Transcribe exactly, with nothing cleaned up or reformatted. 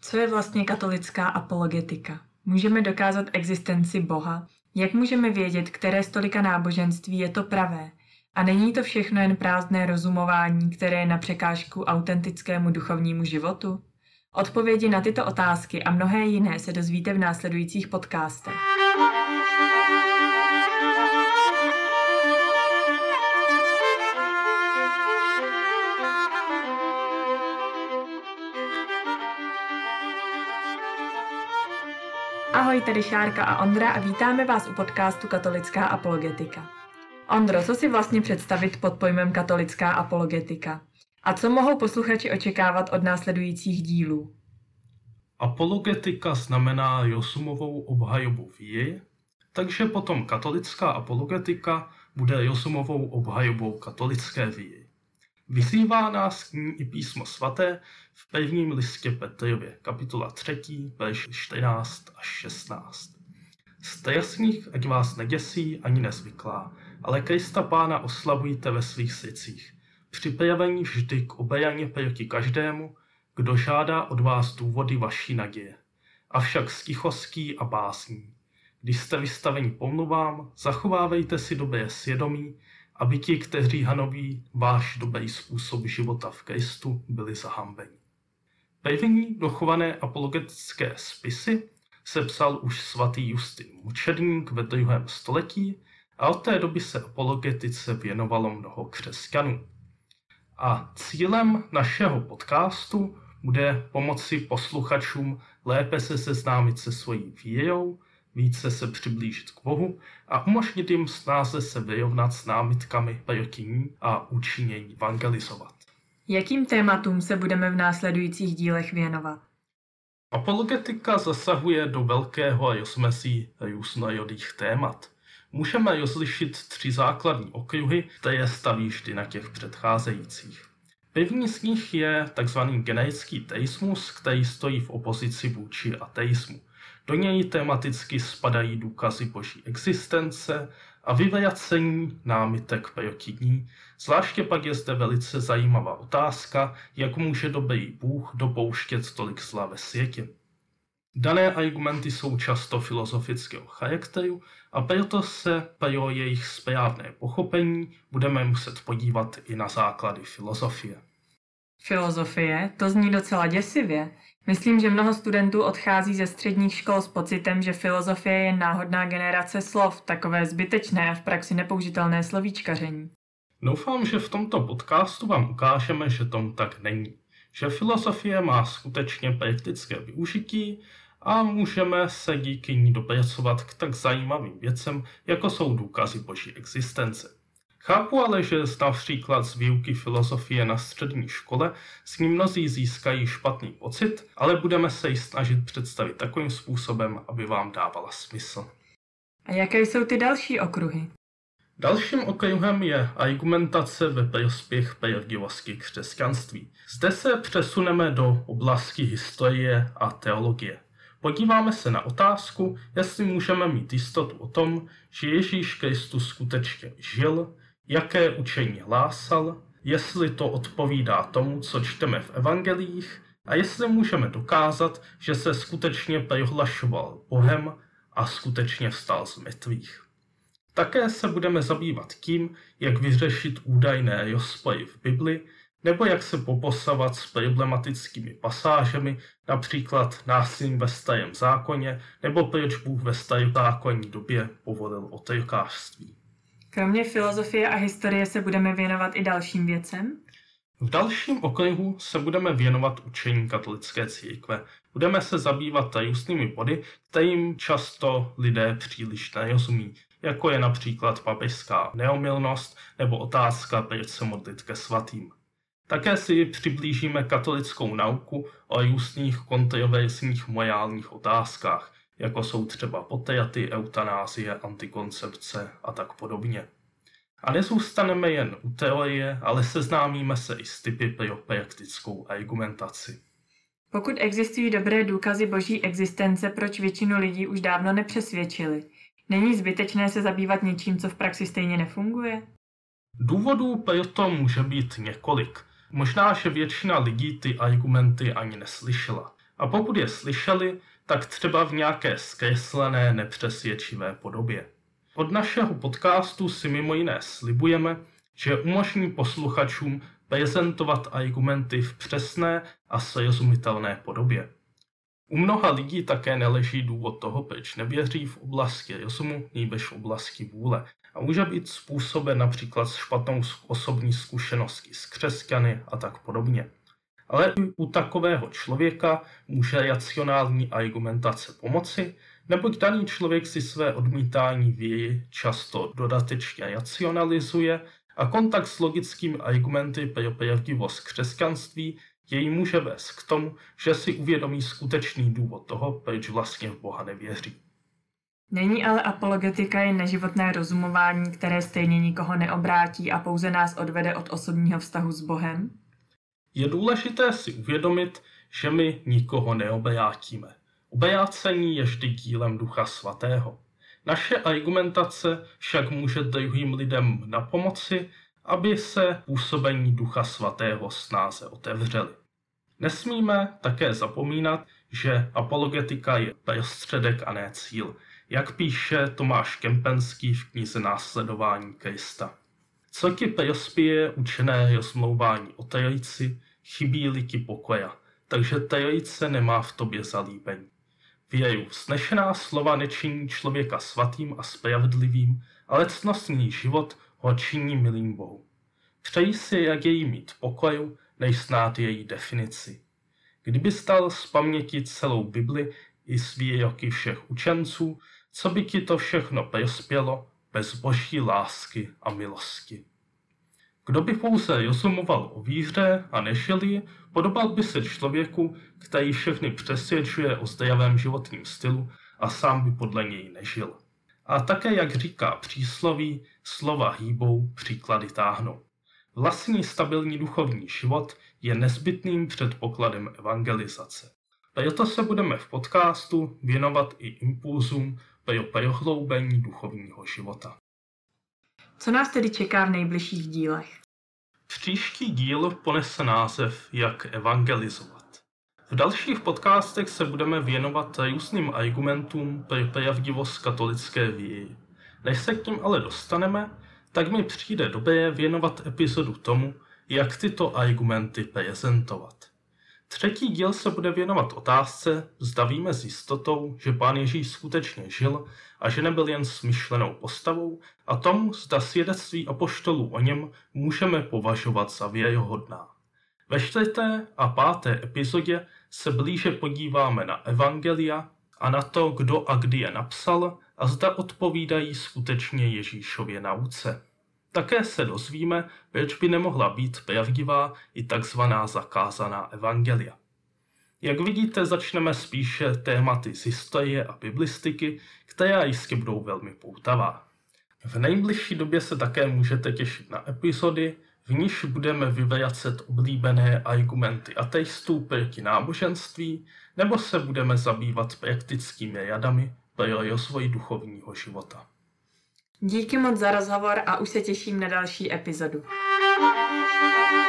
Co je vlastně katolická apologetika? Můžeme dokázat existenci Boha? Jak můžeme vědět, které z tolika náboženství je to pravé? A není to všechno jen prázdné rozumování, které je na překážku autentickému duchovnímu životu? Odpovědi na tyto otázky a mnohé jiné se dozvíte v následujících podcastech. Ahoj, tady Šárka a Ondra a vítáme vás u podcastu Katolická apologetika. Ondro, co si vlastně představit pod pojmem katolická apologetika? A co mohou posluchači očekávat od následujících dílů? Apologetika znamená Josumovou obhajobu víry, takže potom katolická apologetika bude Josumovou obhajobou katolické víry. Vyzývá nás k ní i písmo svaté v prvním listě Petrově, kapitola tři, verš čtrnáct až šestnáct. Strasných ať vás neděsí ani nezvyklá, ale Krista Pána oslavujte ve svých srdcích, připravení vždy k obraně proti každému, kdo žádá od vás důvody vaší naděje, avšak s tichostí a básní. Když jste vystaveni pomluvám, zachovávejte si dobré svědomí, aby ti, kteří hanoví váš dobrý způsob života v Kristu, byli zahambeni. První dochované apologetické spisy sepsal už svatý Justin Mučedník ve druhém století a od té doby se apologetice věnovalo mnoho křesťanů. A cílem našeho podcastu bude pomoci posluchačům lépe se seznámit se svojí vírou, více se přiblížit k Bohu a umožnit jim snáze se vyrovnat s námitkami proti ní a účinněji evangelizovat. Jakým tématům se budeme v následujících dílech věnovat? Apologetika zasahuje do velkého rozmezí různorodých témat. Můžeme rozlišit tři základní okruhy, které staví vždy na těch předcházejících. První z nich je tzv. Generický teismus, který stojí v opozici vůči ateismu. Do něj tematicky spadají důkazy boží existence a vyvracení námitek proti ní. Zvláště pak je zde velice zajímavá otázka, jak může dobrý Bůh dopouštět tolik zla ve světě. Dané argumenty jsou často filozofického charakteru a proto se pro jejich správné pochopení budeme muset podívat i na základy filozofie. Filozofie? To zní docela děsivě. Myslím, že mnoho studentů odchází ze středních škol s pocitem, že filozofie je náhodná generace slov, takové zbytečné a v praxi nepoužitelné slovíčkaření. Doufám, že v tomto podcastu vám ukážeme, že tomu tak není. Že filozofie má skutečně praktické využití a můžeme se díky ní dopracovat k tak zajímavým věcem, jako jsou důkazy boží existence. Chápu ale, že například z výuky filozofie na střední škole s ní mnozí získají špatný pocit, ale budeme se ji snažit představit takovým způsobem, aby vám dávala smysl. A jaké jsou ty další okruhy? Dalším okruhem je argumentace ve prospěch pravdivosti křesťanství. Zde se přesuneme do oblasti historie a teologie. Podíváme se na otázku, jestli můžeme mít jistotu o tom, že Ježíš Kristus skutečně žil, jaké učení hlásal, jestli to odpovídá tomu, co čteme v evangelích a jestli můžeme dokázat, že se skutečně prohlašoval Bohem a skutečně vstal z mrtvých. Také se budeme zabývat tím, jak vyřešit údajné rozpory v Bibli, nebo jak se poposavat s problematickými pasážemi, například násilím ve starém zákoně, nebo proč Bůh ve starozákonní době povolil otrokářství. Kromě filozofie a historie se budeme věnovat i dalším věcem? V dalším okruhu se budeme věnovat učení katolické církve. Budeme se zabývat různými body, kterým často lidé příliš nerozumí, jako je například papežská neomylnost nebo otázka, proč se modlit ke svatým. Také si přiblížíme katolickou nauku o různých kontroverzních morálních otázkách, jako jsou třeba potraty, eutanázie, antikoncepce a tak podobně. A nezůstaneme jen u teorie, ale seznámíme se i s typy pro praktickou argumentaci. Pokud existují dobré důkazy boží existence, proč většinu lidí už dávno nepřesvědčili? Není zbytečné se zabývat něčím, co v praxi stejně nefunguje? Důvodů pro to může být několik. Možná, že většina lidí ty argumenty ani neslyšela. A pokud je slyšeli, tak třeba v nějaké zkreslené, nepřesvědčivé podobě. Od našeho podcastu si mimo jiné slibujeme, že umožní posluchačům prezentovat argumenty v přesné a srozumitelné podobě. U mnoha lidí také neleží důvod toho, proč nevěří v oblasti rozumu, nýbrž v oblasti vůle. A může být způsoben například špatnou osobní zkušeností s křesťany a tak podobně. Ale u takového člověka může racionální argumentace pomoci, neboť daný člověk si své odmítání víry často dodatečně racionalizuje a kontakt s logickými argumenty pro pravdivost křesťanství jej může vést k tomu, že si uvědomí skutečný důvod toho, proč vlastně v Boha nevěří. Není ale apologetika jen neživotné rozumování, které stejně nikoho neobrátí a pouze nás odvede od osobního vztahu s Bohem? Je důležité si uvědomit, že my nikoho neobrátíme. Obrácení je vždy dílem Ducha Svatého. Naše argumentace však může druhým lidem napomoci, aby se působení Ducha Svatého snáze otevřeli. Nesmíme také zapomínat, že apologetika je prostředek a ne cíl, jak píše Tomáš Kempenský v knize Následování Krista. Co ti prospěje učené rozmlouvání o trojici, chybí-li ti pokoja, takže trojice nemá v tobě zalíbení. Věru, vznešená slova nečiní člověka svatým a spravedlivým, ale cnostný život ho činí milým Bohu. Přeji si raději mít pokoju, než znát její definici. Kdyby stal z paměti celou Bibli i z výroky všech učenců, co by ti to všechno prospělo bez boží lásky a milosti. Kdo by pouze rozumoval o víře a nežil ji, podobal by se člověku, který všechny přesvědčuje o zdravém životním stylu a sám by podle něj nežil. A také, jak říká přísloví, slova hýbou, příklady táhnou. Vlastní stabilní duchovní život je nezbytným předpokladem evangelizace. Proto se budeme v podcastu věnovat i impulzům pro prohloubení duchovního života. Co nás tedy čeká v nejbližších dílech? Příští díl ponese název Jak evangelizovat. V dalších podcastech se budeme věnovat různým argumentům pro pravdivost katolické víry. Než se k tím ale dostaneme, tak mi přijde dobré věnovat epizodu tomu, jak tyto argumenty prezentovat. Třetí díl se bude věnovat otázce, zda víme s jistotou, že Pán Ježíš skutečně žil a že nebyl jen smyšlenou postavou, a tomu, zda svědectví apoštolů o něm můžeme považovat za věrohodná. Ve čtvrté a páté epizodě se blíže podíváme na evangelia a na to, kdo a kdy je napsal a zda odpovídají skutečně Ježíšově nauce. Také se dozvíme, proč by nemohla být pravdivá i takzvaná zakázaná evangelia. Jak vidíte, začneme spíše tématy z historie a biblistiky, která jistě budou velmi poutavá. V nejbližší době se také můžete těšit na epizody, v níž budeme vyvracet oblíbené argumenty ateistů proti náboženství, nebo se budeme zabývat praktickými radami pro rozvoj duchovního života. Díky moc za rozhovor a už se těším na další epizodu.